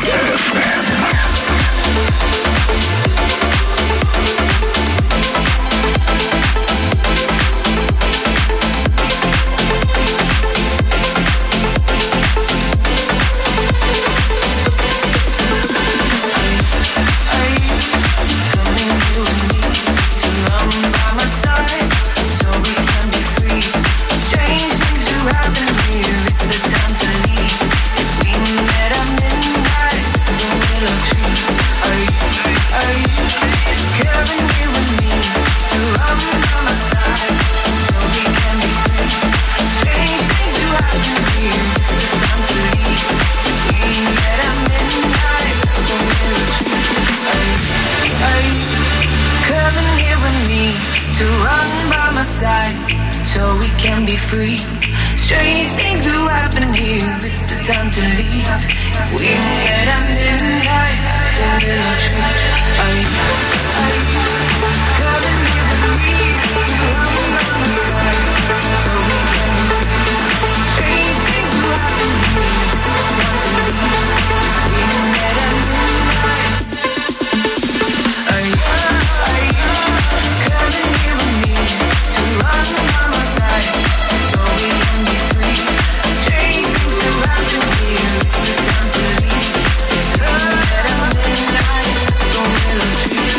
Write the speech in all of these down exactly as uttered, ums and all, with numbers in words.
эф эм. Tree.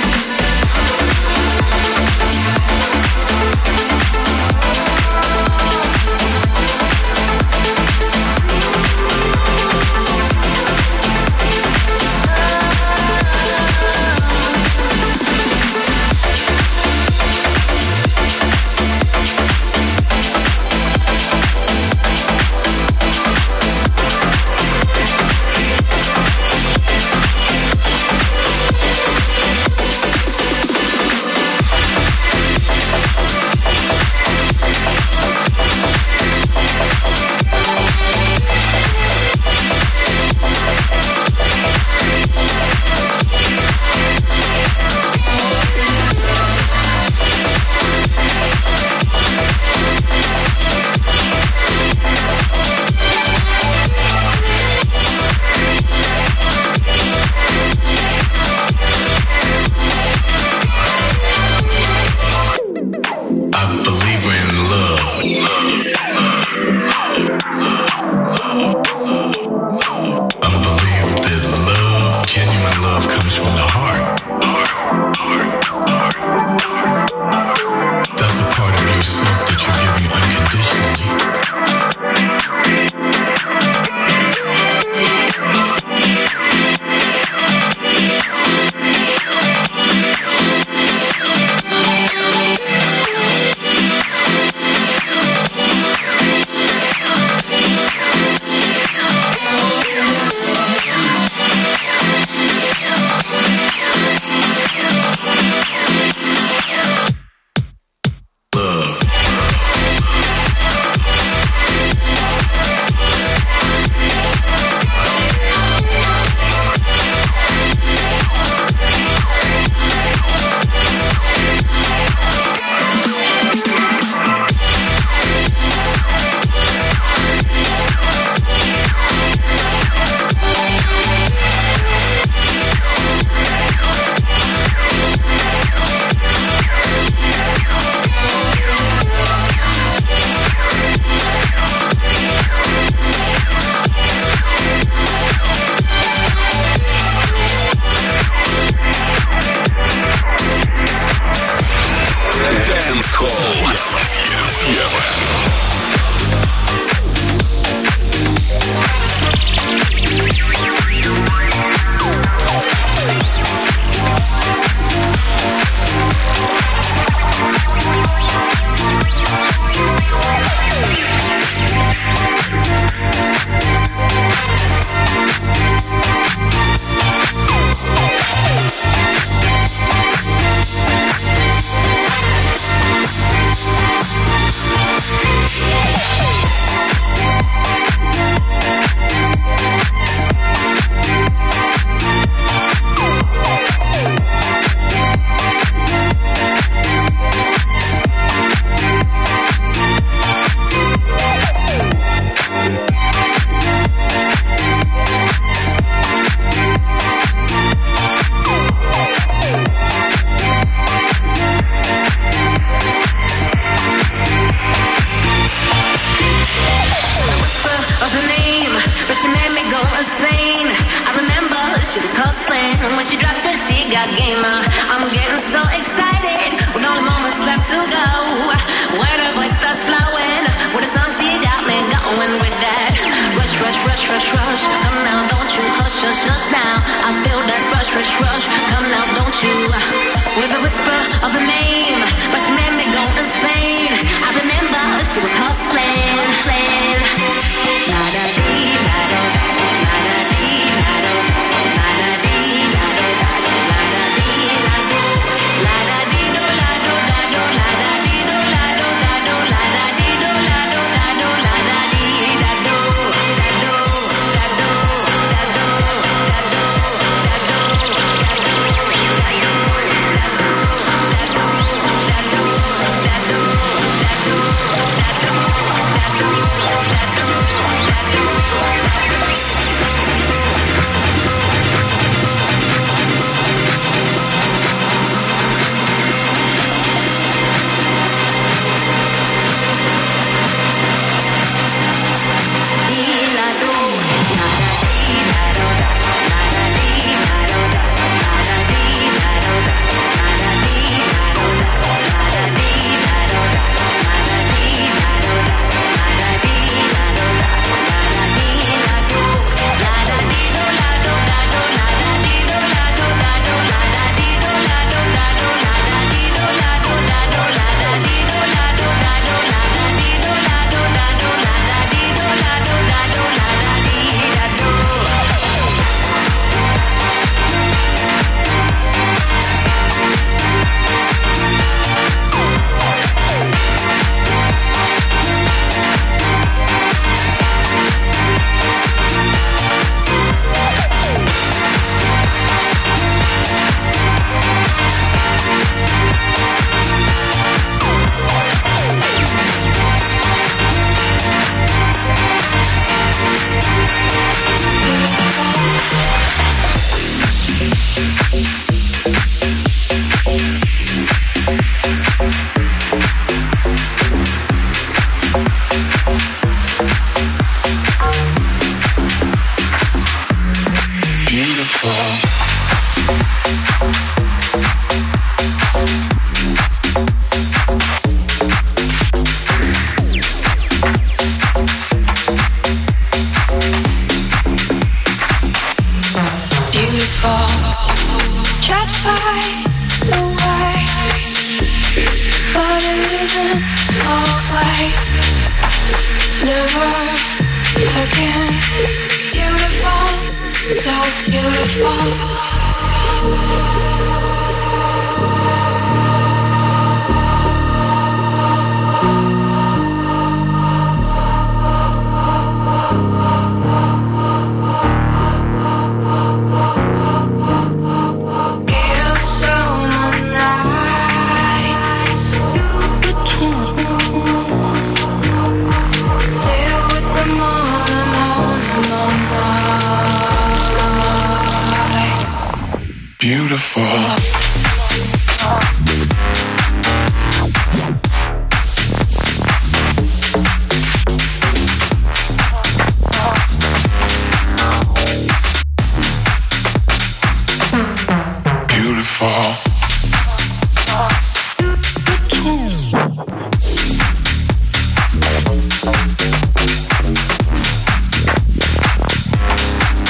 insane. I remember she was hustling. When she dropped it, she got gamer. I'm getting so excited with only moments left to go. When her voice starts flowing, with a song she got me going with that. Rush, rush, rush, rush, rush. Come now, don't you hush, hush, hush now. I feel that rush, rush, rush. Come now, don't you? With a whisper of a name, but she made me go insane. I remember she was hustling, hustling. La da dee, la da, la da dee, la da, la da dee, la da, la da dee, la do, la da dee do, la do, da do, la da dee do, la do, da do, la da dee do, la do, da do, la da dee, da do, da do, da do, da do, da do, da do, da do, da do, da do.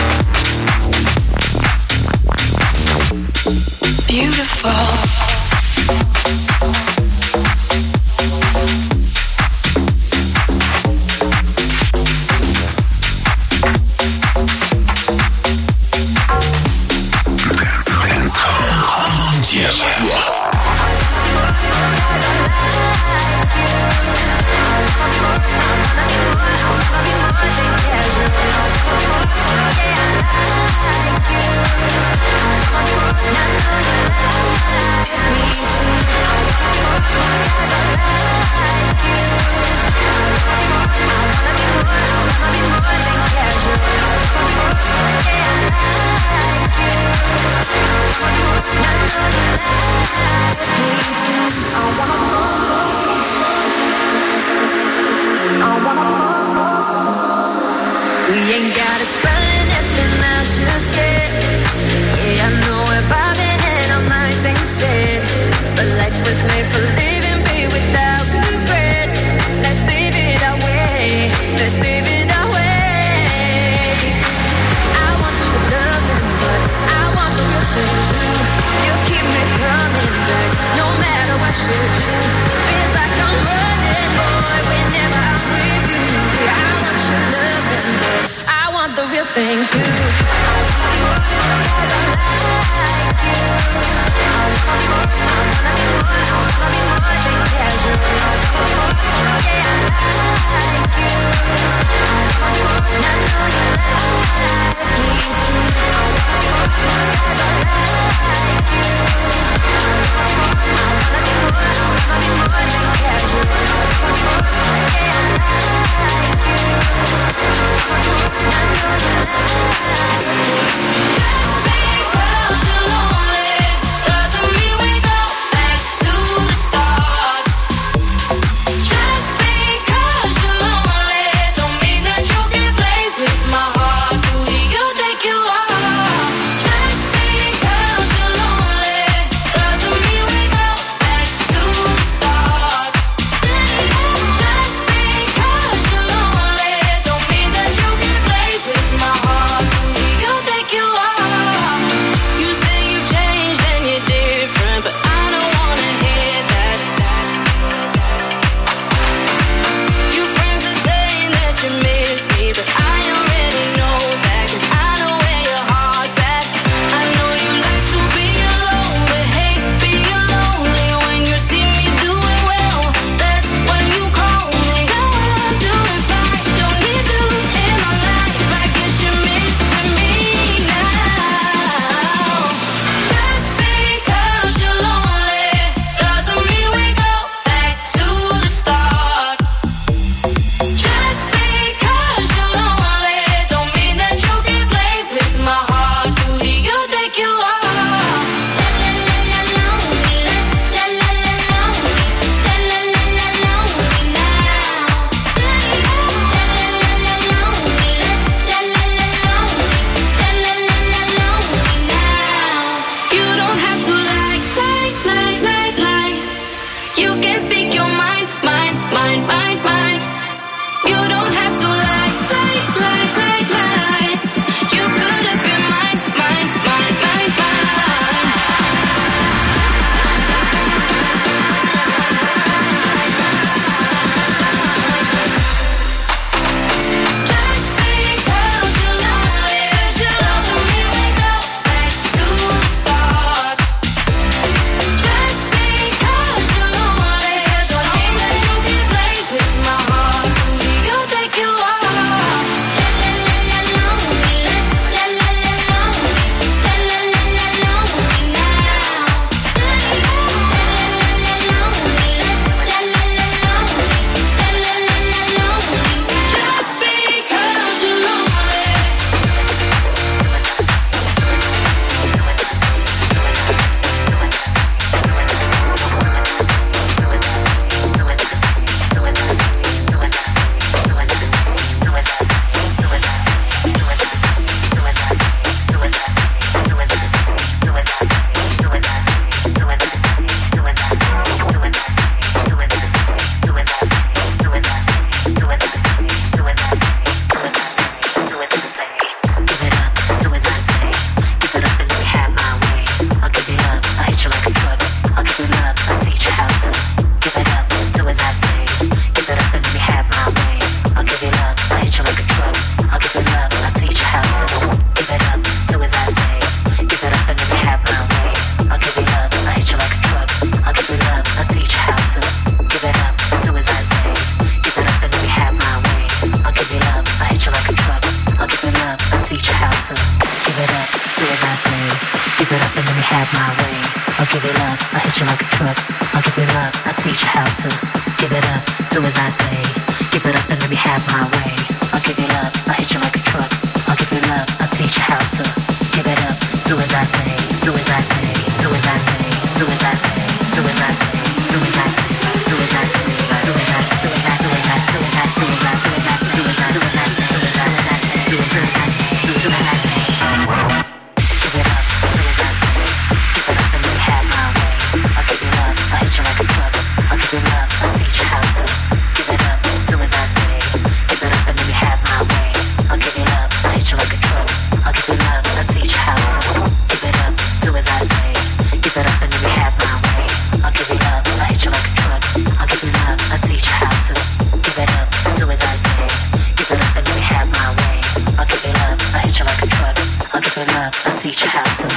Beautiful. the real thing too. Give it up, do as I say. Give it up and let me have my way. I'll give it up. teach you how to.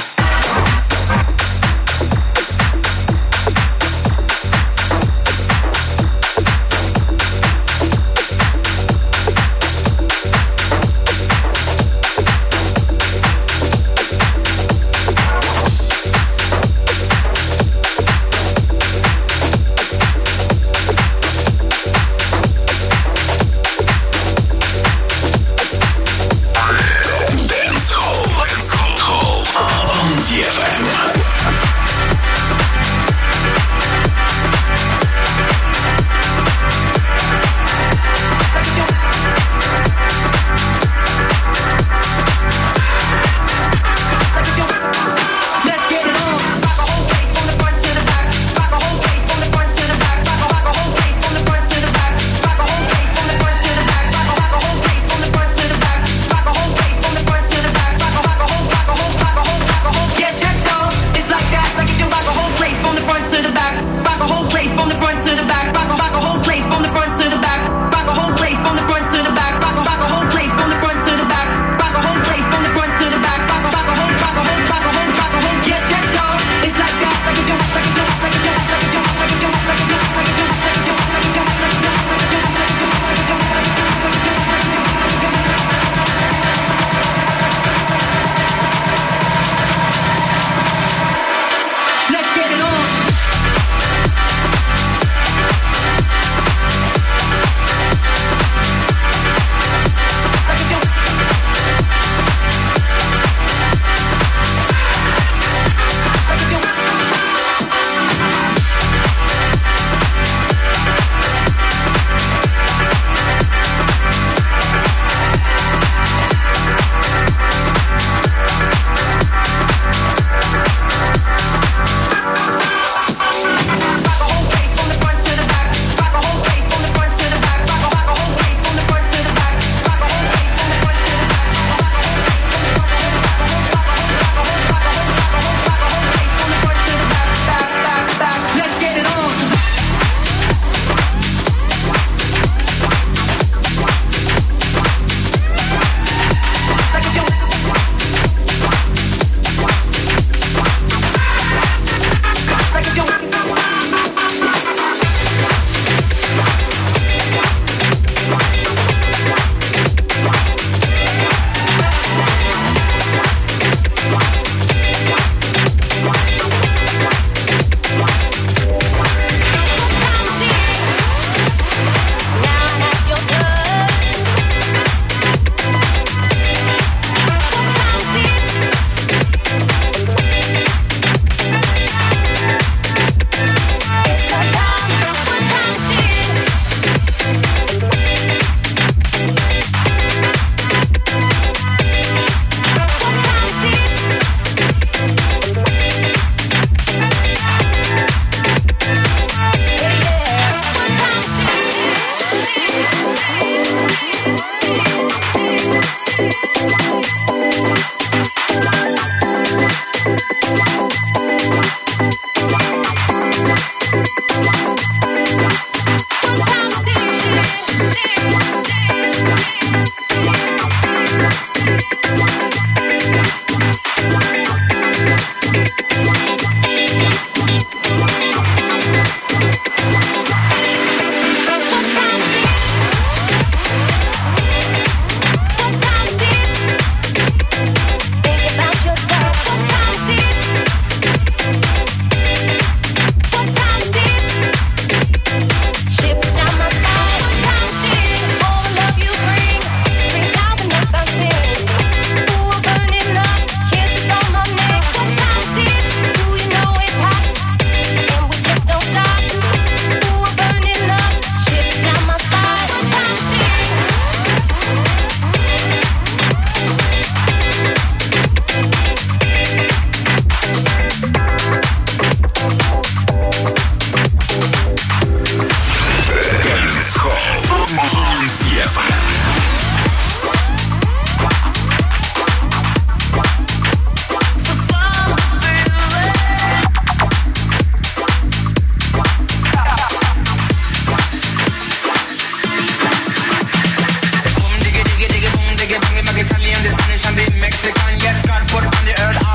Italian, the Spanish and the Mexican. Yes, God put on the earth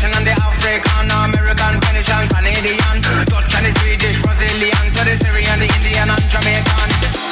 Russian and the African, American, Spanish and Canadian, Dutch and the Swedish, Brazilian, to the Syrian, the Indian and Jamaican.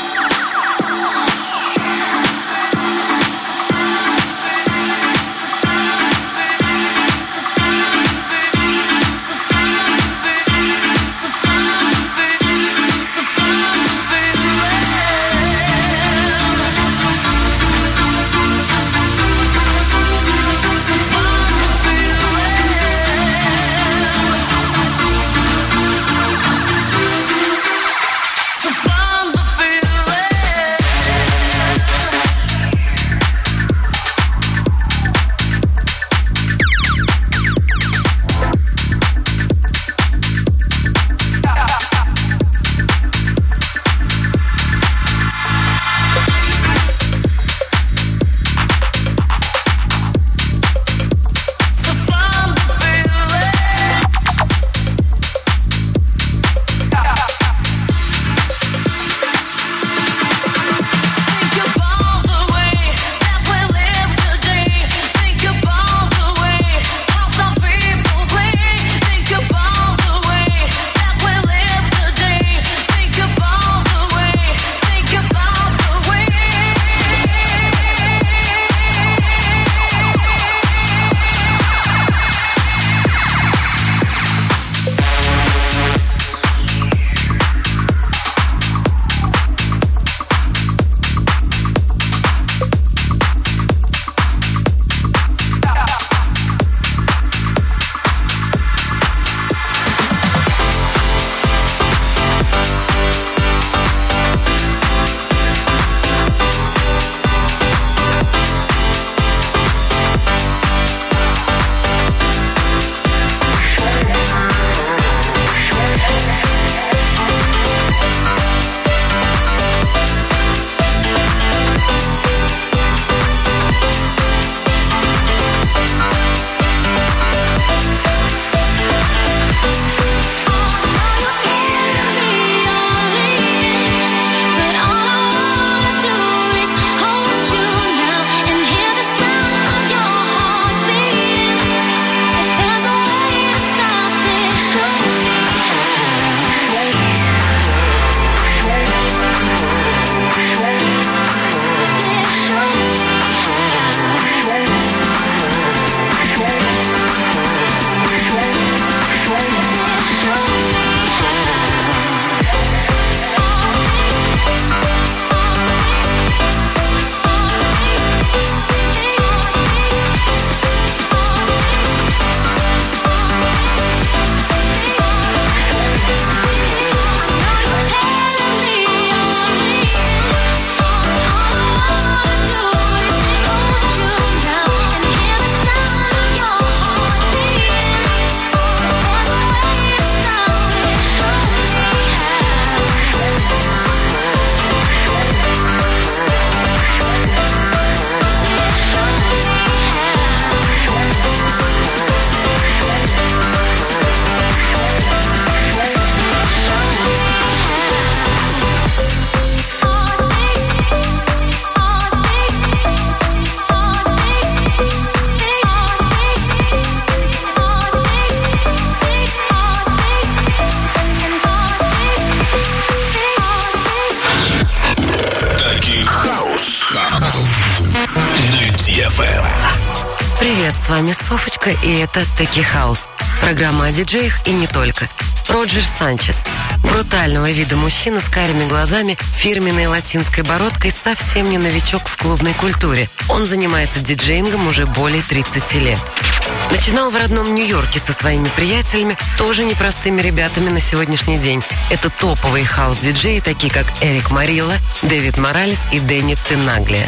Привет, с вами Софочка, и это Techie House. Программа о диджеях и не только. Роджер Санчес. Брутального вида мужчина с карими глазами, фирменной латинской бородкой, совсем не новичок в клубной культуре. Он занимается диджеингом уже более тридцати лет. Начинал в родном Нью-Йорке со своими приятелями, тоже непростыми ребятами на сегодняшний день. Это топовые хаус-диджеи, такие как Эрик Марилла, Дэвид Моралес и Дэнни Тенаглия.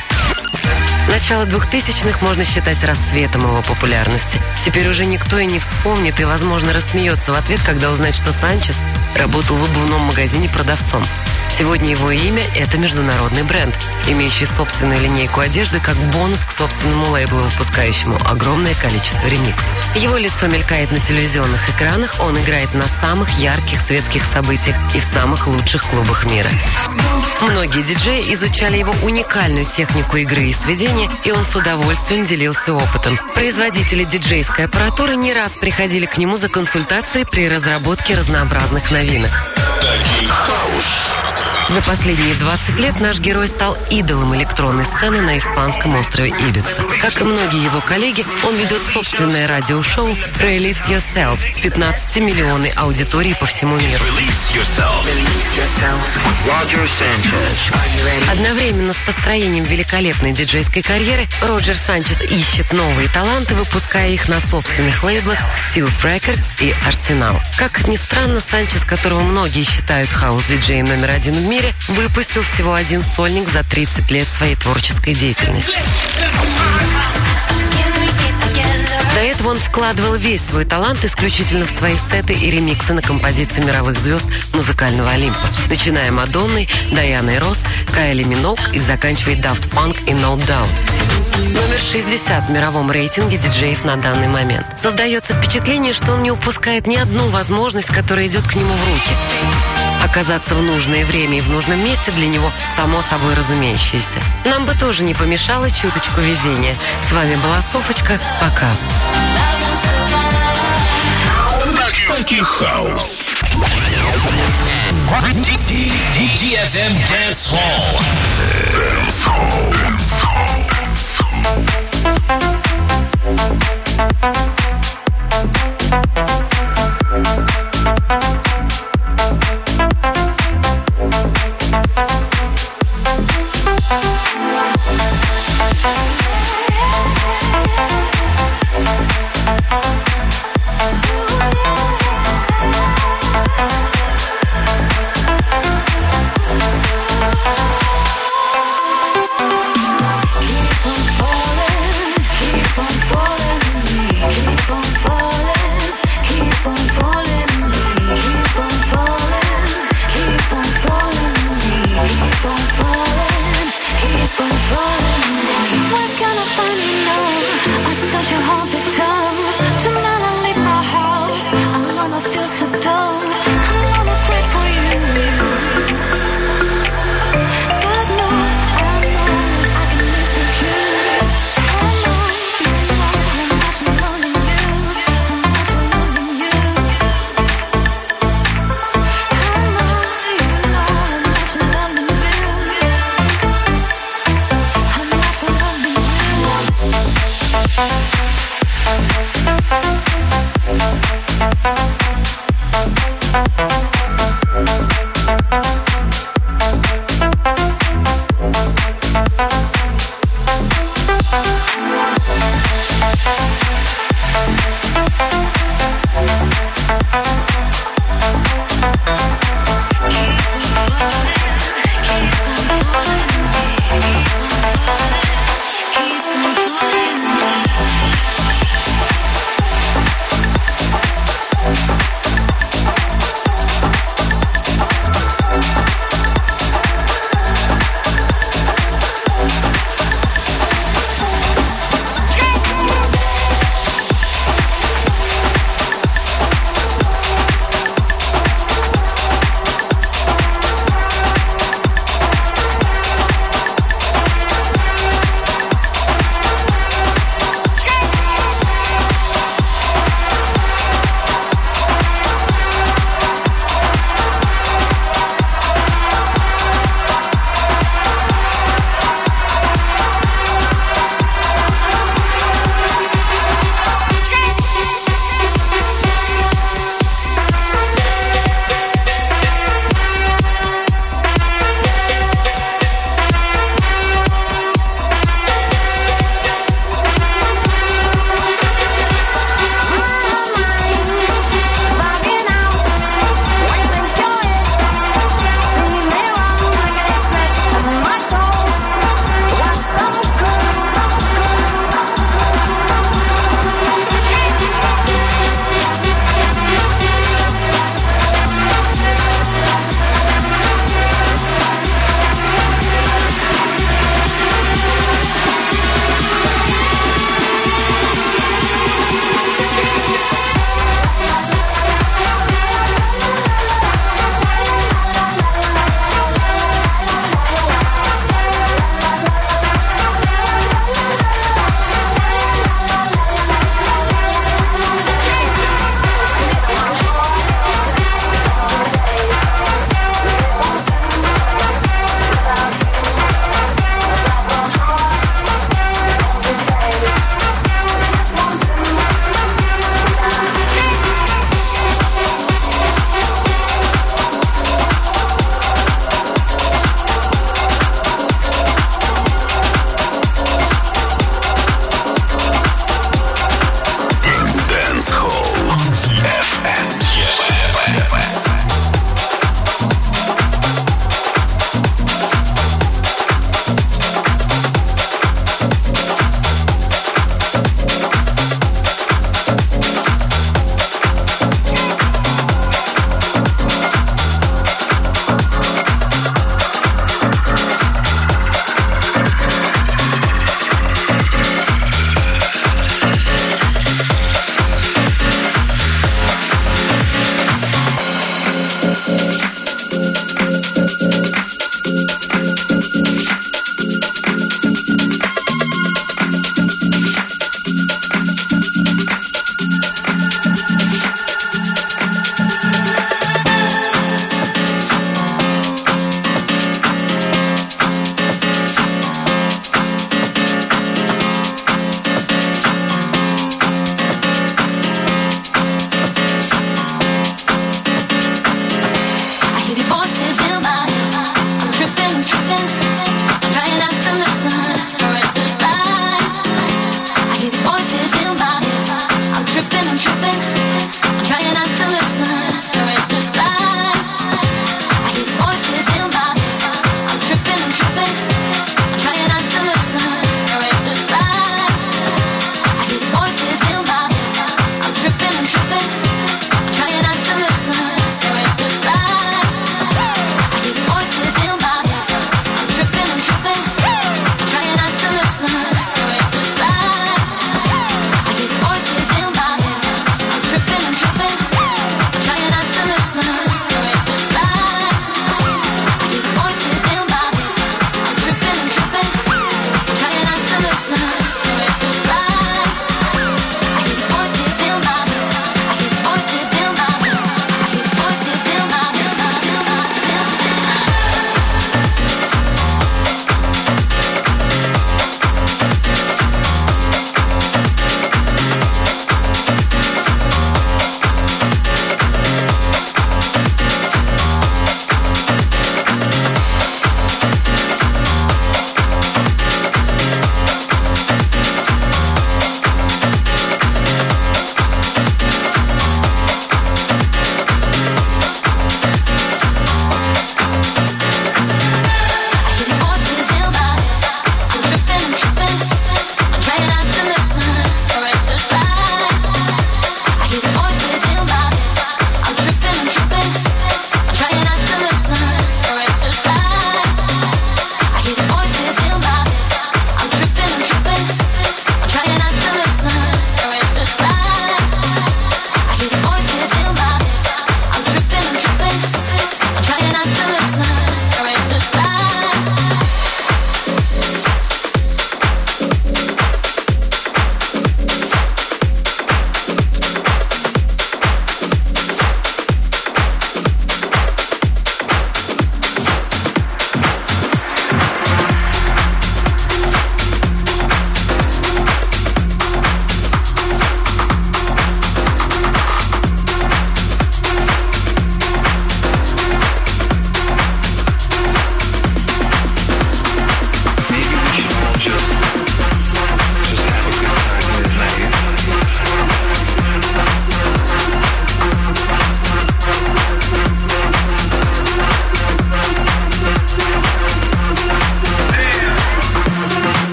Начало двухтысячных можно считать расцветом его популярности. Теперь уже никто и не вспомнит, и, возможно, рассмеется в ответ, когда узнает, что Санчес работал в обувном магазине продавцом. Сегодня его имя – это международный бренд, имеющий собственную линейку одежды как бонус к собственному лейблу, выпускающему огромное количество ремиксов. Его лицо мелькает на телевизионных экранах, он играет на самых ярких светских событиях и в самых лучших клубах мира. Многие диджеи изучали его уникальную технику игры и сведения, и он с удовольствием делился опытом. Производители диджейской аппаратуры не раз приходили к нему за консультацией при разработке разнообразных новинок. За последние двадцать лет наш герой стал идолом электронной сцены на испанском острове Ибица. Как и многие его коллеги, он ведет собственное радиошоу «Release Yourself» с пятнадцатимиллионной аудиторией по всему миру. Одновременно с построением великолепной диджейской карьеры Роджер Санчес ищет новые таланты, выпуская их на собственных лейблах Stealth Records и Arsenal. Как ни странно, Санчес, которого многие считают хаус-диджеем номер один в мире, выпустил всего один сольник за тридцать лет своей творческой деятельности. До этого он вкладывал весь свой талант исключительно в свои сеты и ремиксы на композиции мировых звезд музыкального Олимпа, начиная Мадонной, Дайаной Росс, Кайли Миноуг и заканчивая Daft Punk и No Doubt. Номер шестьдесят в мировом рейтинге диджеев на данный момент. Создается впечатление, что он не упускает ни одну возможность, которая идет к нему в руки. Оказаться в нужное время и в нужном месте для него само собой разумеющееся. Нам бы тоже не помешало чуточку везения. С вами была Софочка. Пока. Таки хаус. ди эф эм Dance Hall. Dance Hall.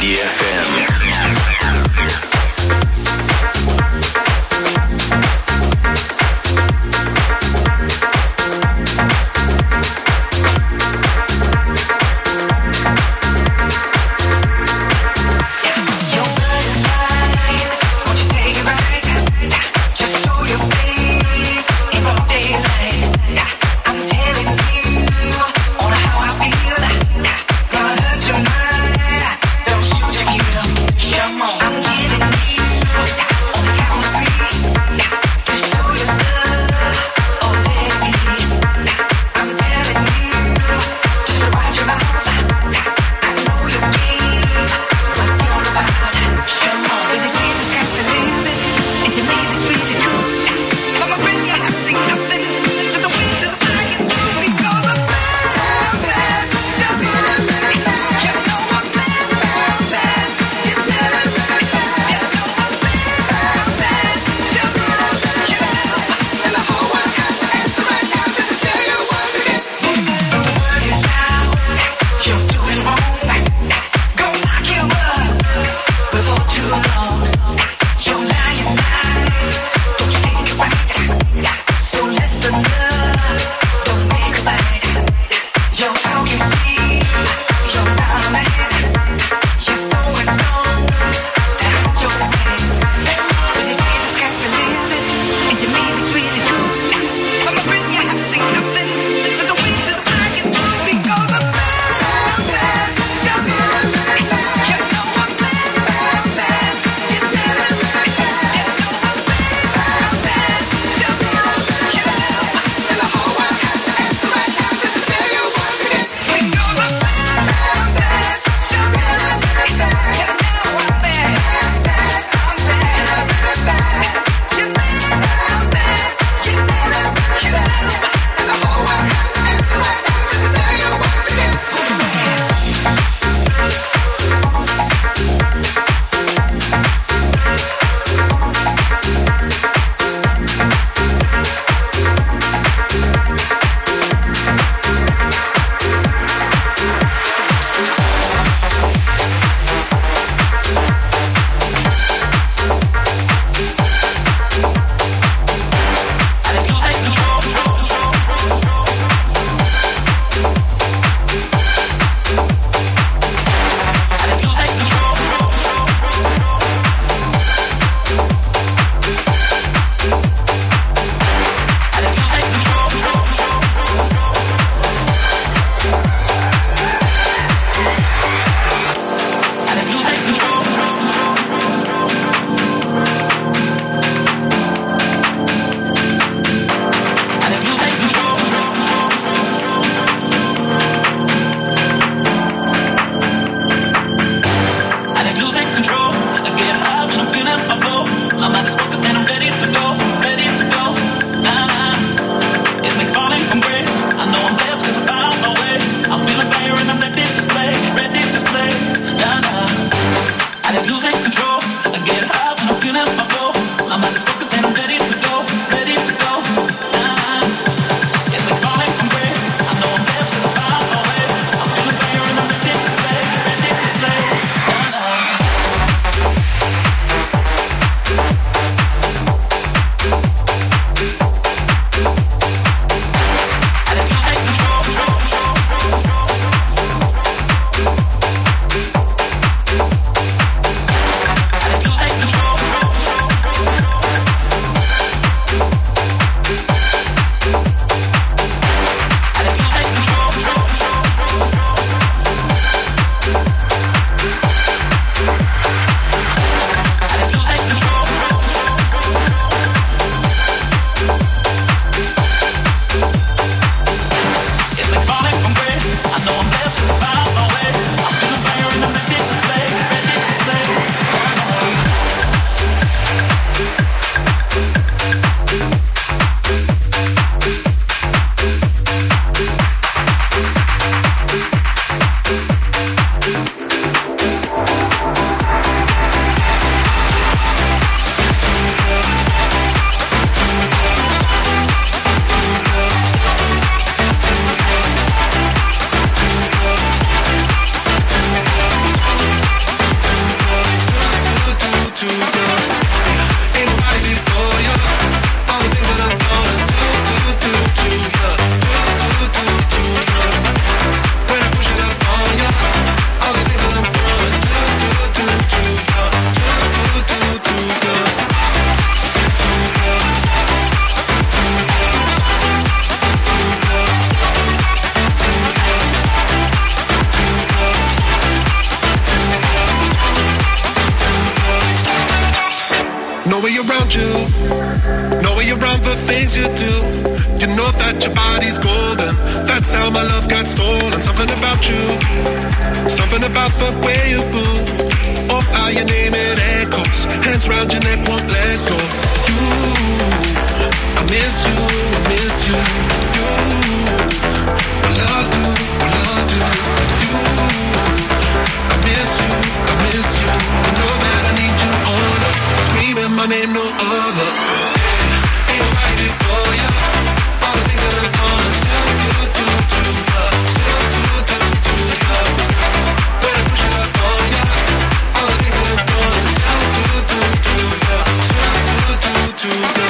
ди эф эм. Gonna hurt your mind, don't shoot your kill. know we're around you. Know we're around for things you do. You know that your body's golden. That's how my love got stolen. Something about you, something about the way you move. Oh, how you name it echoes. Hands round your neck, won't let go. You, I miss you, I miss you. You, I love you, I love you. You, I miss you, I miss you. You know that I need you on. Screaming my name, no other. Ain't nobody for you. All the things that I'm gonna do, do, do, do, do, do, do, do, do, when I push it up on ya. All the things that I'm gonna do, do, do, do, do, do, do, do, do.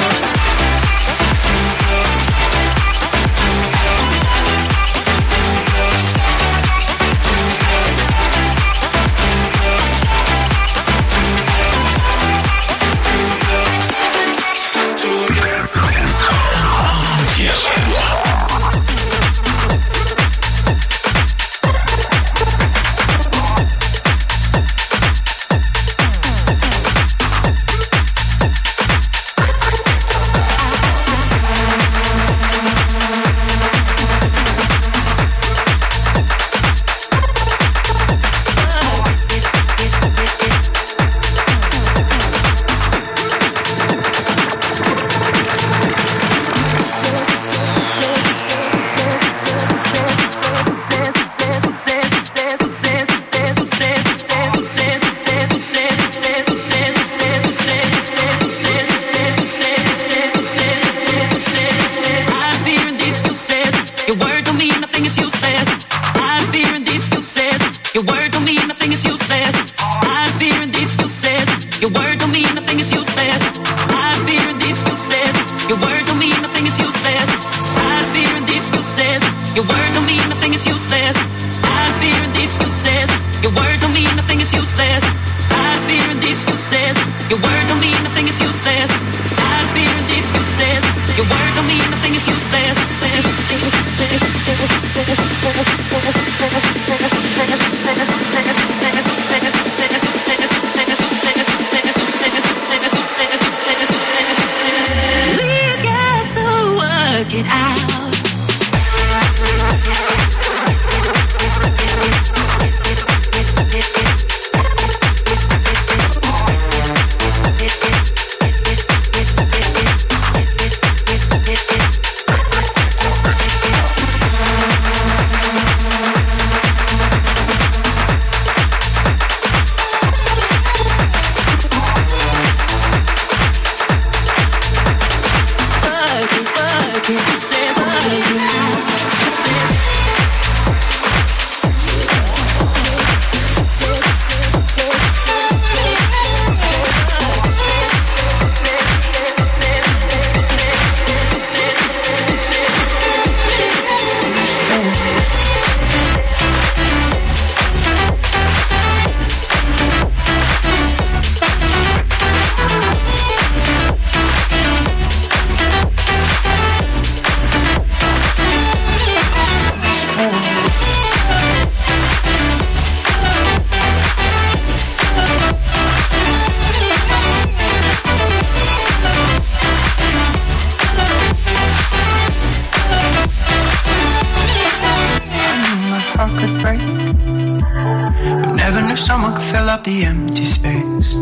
The empty space,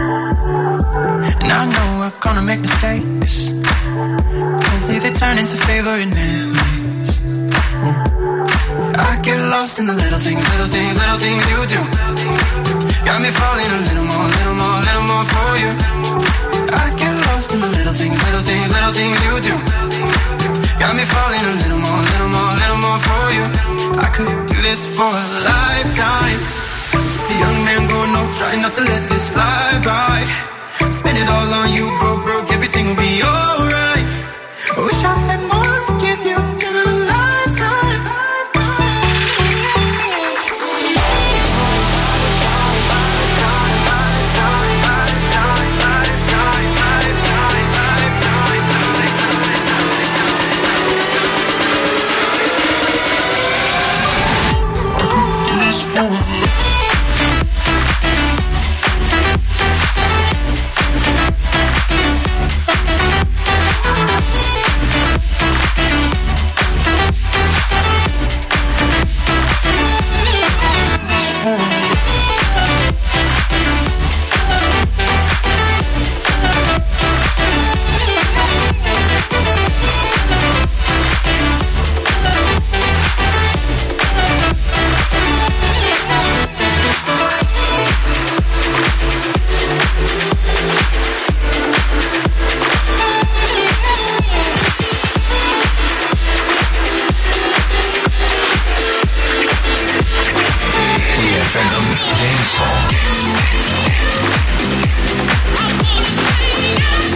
and I know we're gonna make mistakes. Hopefully they turn into favorite memories. I get lost in the little things, little things, little things you do. Got me falling a little more, little more, little more for you. I get lost in the little things, little things, little things you do. Got me falling a little more, little more, little more for you. I could do this for a lifetime. Just a young man going no, try not to let this fly by. Spend it all on you, go broke, everything will be alright. I wish I had more to give you in a lifetime. Dance Hall.